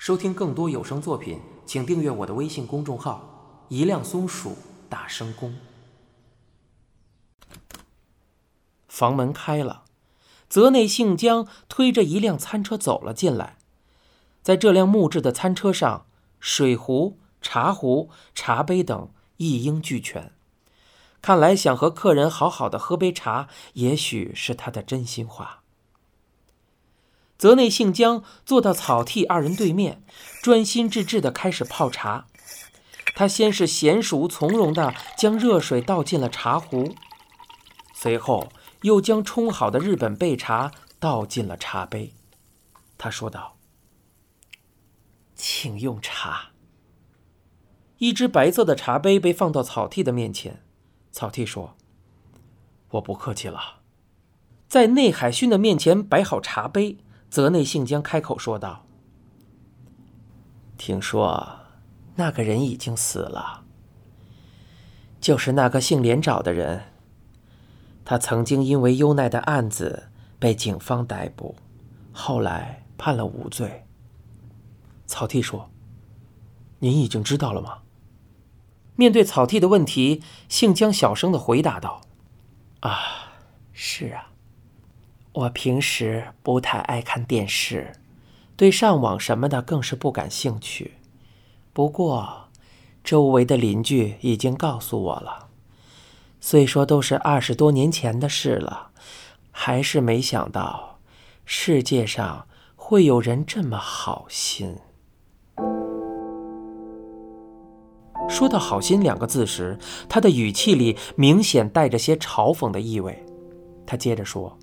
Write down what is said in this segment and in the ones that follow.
收听更多有声作品，请订阅我的微信公众号“一辆松鼠大声公”。房门开了，泽内幸江推着一辆餐车走了进来。在这辆木质的餐车上，水壶、茶壶、茶杯等一应俱全。看来想和客人好好的喝杯茶，也许是他的真心话。泽内幸江坐到草剃二人对面，专心致志地开始泡茶。他先是娴熟从容地将热水倒进了茶壶，随后又将冲好的日本焙茶倒进了茶杯。他说道：“请用茶。”一只白色的茶杯被放到草剃的面前。草剃说：“我不客气了。”在内海薰的面前摆好茶杯，泽内幸江开口说道：“听说那个人已经死了，就是那个姓连找的人。他曾经因为优奈的案子被警方逮捕，后来判了无罪。”草剃说：“您已经知道了吗？”面对草剃的问题，幸江小声地回答道：“是啊。我平时不太爱看电视，对上网什么的更是不感兴趣。不过，周围的邻居已经告诉我了，虽说都是20多年前的事了，还是没想到世界上会有人这么好心。”说到好心2个字时，他的语气里明显带着些嘲讽的意味。他接着说：“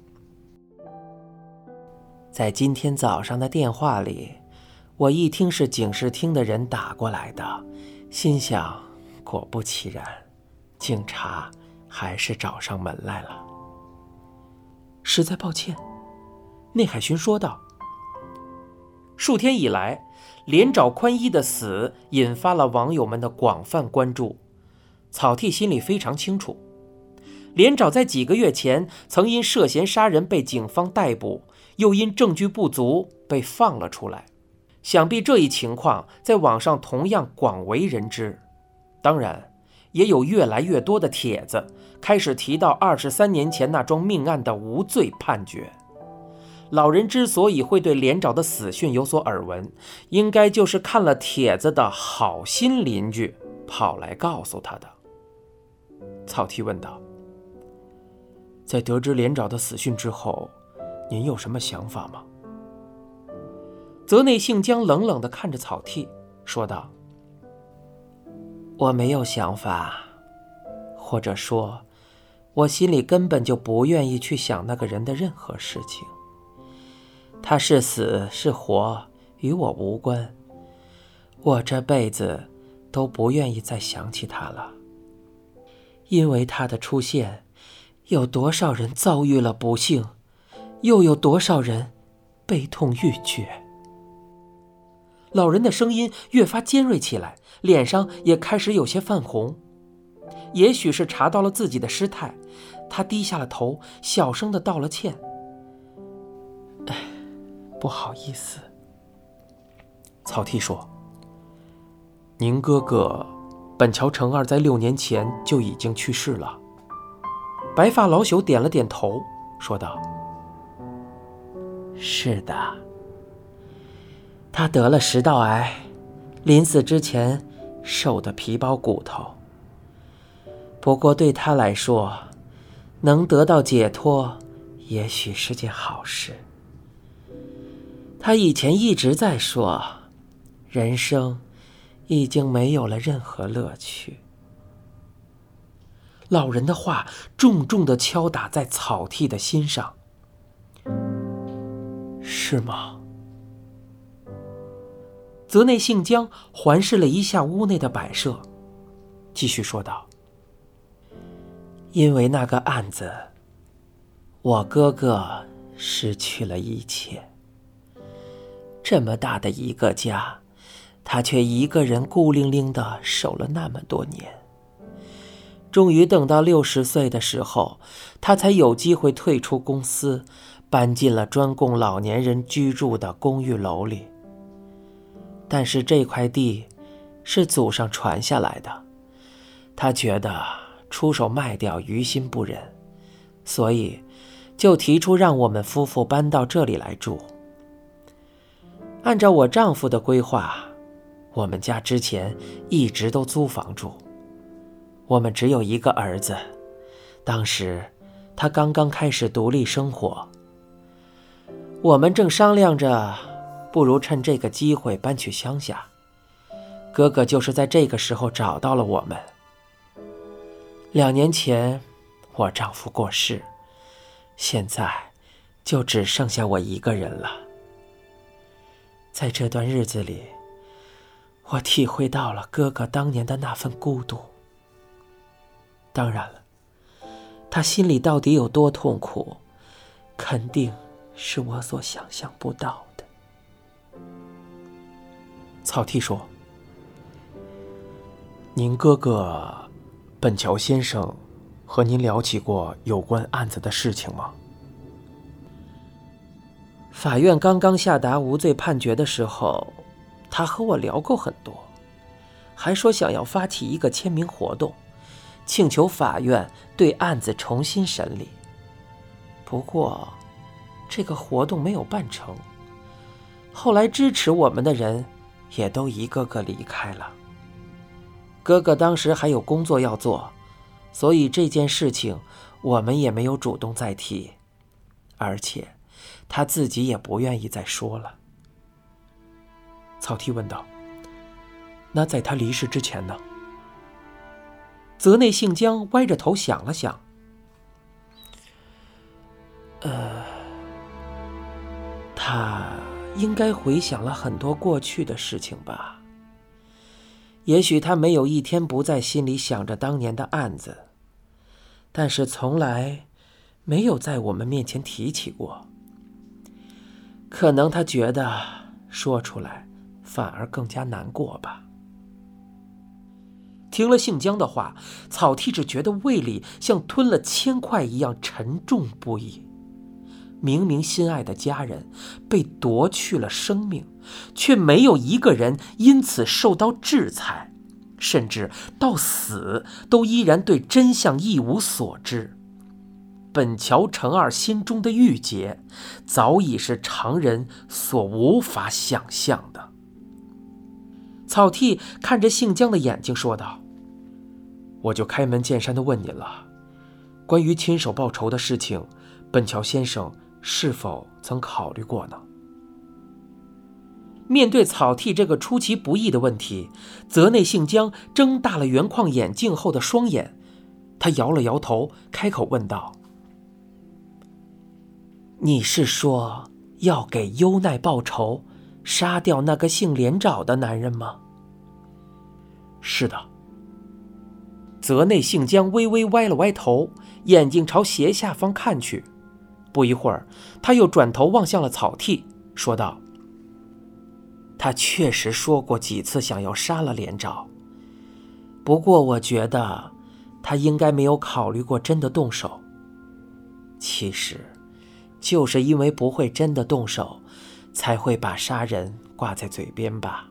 在今天早上的电话里，我一听是警视厅的人打过来的，心想果不其然，警察还是找上门来了。”“实在抱歉。”内海薰说道。数天以来，连找宽一的死引发了网友们的广泛关注。草剃心里非常清楚，连找在几个月前曾因涉嫌杀人被警方逮捕，又因证据不足被放了出来。想必这一情况在网上同样广为人知。当然，也有越来越多的帖子开始提到23年前那桩命案的无罪判决。老人之所以会对连找的死讯有所耳闻，应该就是看了帖子的好心邻居跑来告诉他的。草剃问道：“在得知连找的死讯之后，您有什么想法吗？”泽内幸江冷冷地看着草剃，说道：“我没有想法，或者说，我心里根本就不愿意去想那个人的任何事情。他是死是活，与我无关。我这辈子都不愿意再想起他了。因为他的出现，有多少人遭遇了不幸，又有多少人悲痛欲绝。”老人的声音越发尖锐起来，脸上也开始有些泛红。也许是查到了自己的失态，他低下了头，小声地道了歉：“不好意思。”草剃说：“您哥哥本桥诚二在6年前就已经去世了。”白发老朽点了点头，说道：“是的，他得了食道癌，临死之前瘦得皮包骨头。不过对他来说，能得到解脱也许是件好事。他以前一直在说，人生已经没有了任何乐趣。”老人的话重重地敲打在草剃的心上。“是吗？”泽内幸江环视了一下屋内的摆设，继续说道：“因为那个案子，我哥哥失去了一切。这么大的一个家，他却一个人孤零零地守了那么多年。终于等到60岁的时候，他才有机会退出公司，搬进了专供老年人居住的公寓楼里。 但是这块地是祖上传下来的，他觉得出手卖掉于心不忍，所以就提出让我们夫妇搬到这里来住。按照我丈夫的规划，我们家之前一直都租房住。我们只有一个儿子，当时他刚刚开始独立生活。我们正商量着，不如趁这个机会搬去乡下。哥哥就是在这个时候找到了我们。2年前，我丈夫过世，现在就只剩下我一个人了。在这段日子里，我体会到了哥哥当年的那份孤独。当然了，他心里到底有多痛苦，肯定是我所想象不到的。草剃说：“您哥哥本桥先生和您聊起过有关案子的事情吗？”法院刚刚下达无罪判决的时候，他和我聊过很多，还说想要发起一个签名活动，请求法院对案子重新审理。不过这个活动没有办成，后来支持我们的人也都一个个离开了。哥哥当时还有工作要做，所以这件事情我们也没有主动再提，而且他自己也不愿意再说了。草剃问道：“那在他离世之前呢？”泽内幸江歪着头想了想，他应该回想了很多过去的事情吧。也许他没有一天不在心里想着当年的案子，但是从来没有在我们面前提起过。可能他觉得说出来反而更加难过吧。听了幸江的话，草剃只觉得胃里像吞了1000块一样沉重不已。明明心爱的家人被夺去了生命，却没有一个人因此受到制裁，甚至到死都依然对真相一无所知。本桥诚二心中的郁结，早已是常人所无法想象的。草剃看着幸江的眼睛说道：“我就开门见山地问您了，关于亲手报仇的事情，本桥先生是否曾考虑过呢？”面对草剃这个出其不意的问题，泽内幸江睁大了圆框眼镜后的双眼，他摇了摇头，开口问道：“你是说要给优奈报仇，杀掉那个姓连长的男人吗？”“是的。”泽内幸江微微歪了歪头，眼睛朝斜下方看去。不一会儿，他又转头望向了草剃，说道：“他确实说过几次想要杀了连长，不过我觉得他应该没有考虑过真的动手。其实就是因为不会真的动手，才会把杀人挂在嘴边吧。”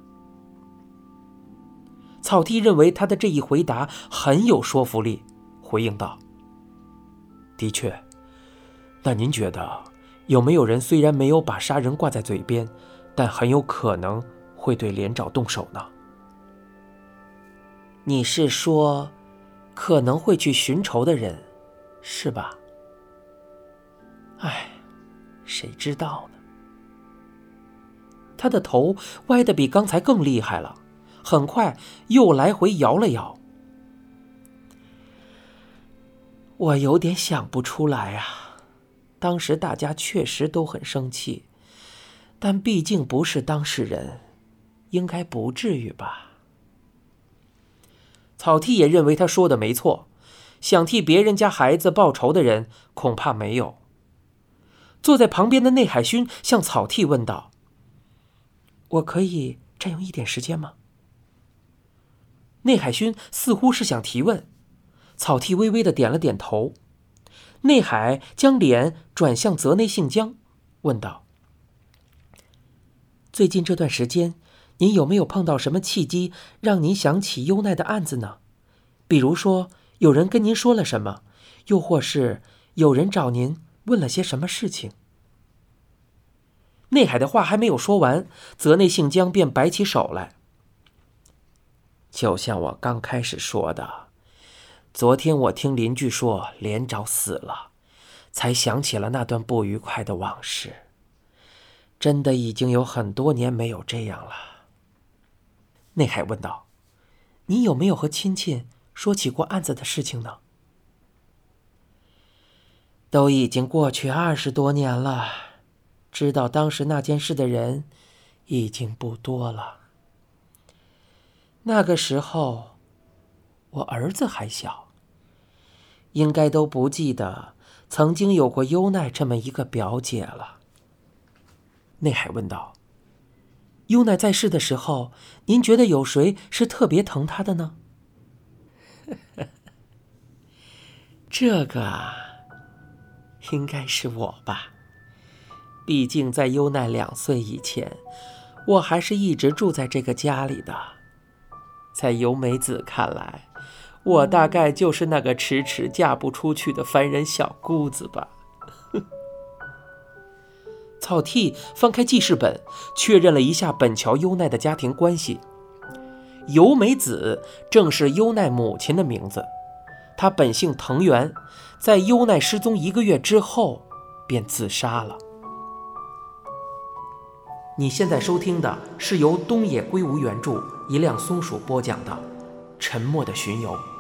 草剃认为他的这一回答很有说服力，回应道：“的确，那您觉得有没有人虽然没有把杀人挂在嘴边，但很有可能会对连长动手呢？”“你是说可能会去寻仇的人，是吧？”“唉，谁知道呢？”他的头歪得比刚才更厉害了，很快又来回摇了摇。“我有点想不出来啊，当时大家确实都很生气，但毕竟不是当事人，应该不至于吧。”草剃也认为他说的没错，想替别人家孩子报仇的人恐怕没有。坐在旁边的内海勋向草剃问道：“我可以占用一点时间吗？”内海勋似乎是想提问，草剃微微的点了点头。内海将脸转向泽内幸江，问道：“最近这段时间， 您有没有碰到什么契机让您想起优奈的案子呢？比如说，有人跟您说了什么，又或是有人找您问了些什么事情？内海的话还没有说完，泽内幸江便摆起手来。就像我刚开始说的，昨天我听邻居说连长死了，才想起了那段不愉快的往事。真的已经有很多年没有这样了。内海问道：“你有没有和亲戚说起过案子的事情呢？”都已经过去20多年了，知道当时那件事的人已经不多了。那个时候，我儿子还小，应该都不记得曾经有过优奈这么一个表姐了。内海问道：“优奈在世的时候，您觉得有谁是特别疼她的呢？”这个应该是我吧。毕竟在优奈2岁以前，我还是一直住在这个家里的。在由美子看来，我大概就是那个迟迟嫁不出去的凡人小姑子吧。草剃翻开记事本，确认了一下本桥优奈的家庭关系。由美子正是优奈母亲的名字，她本姓藤原，在优奈失踪1个月之后便自杀了。你现在收听的是由东野圭吾原著，一辆松鼠播讲的《沉默的巡游》。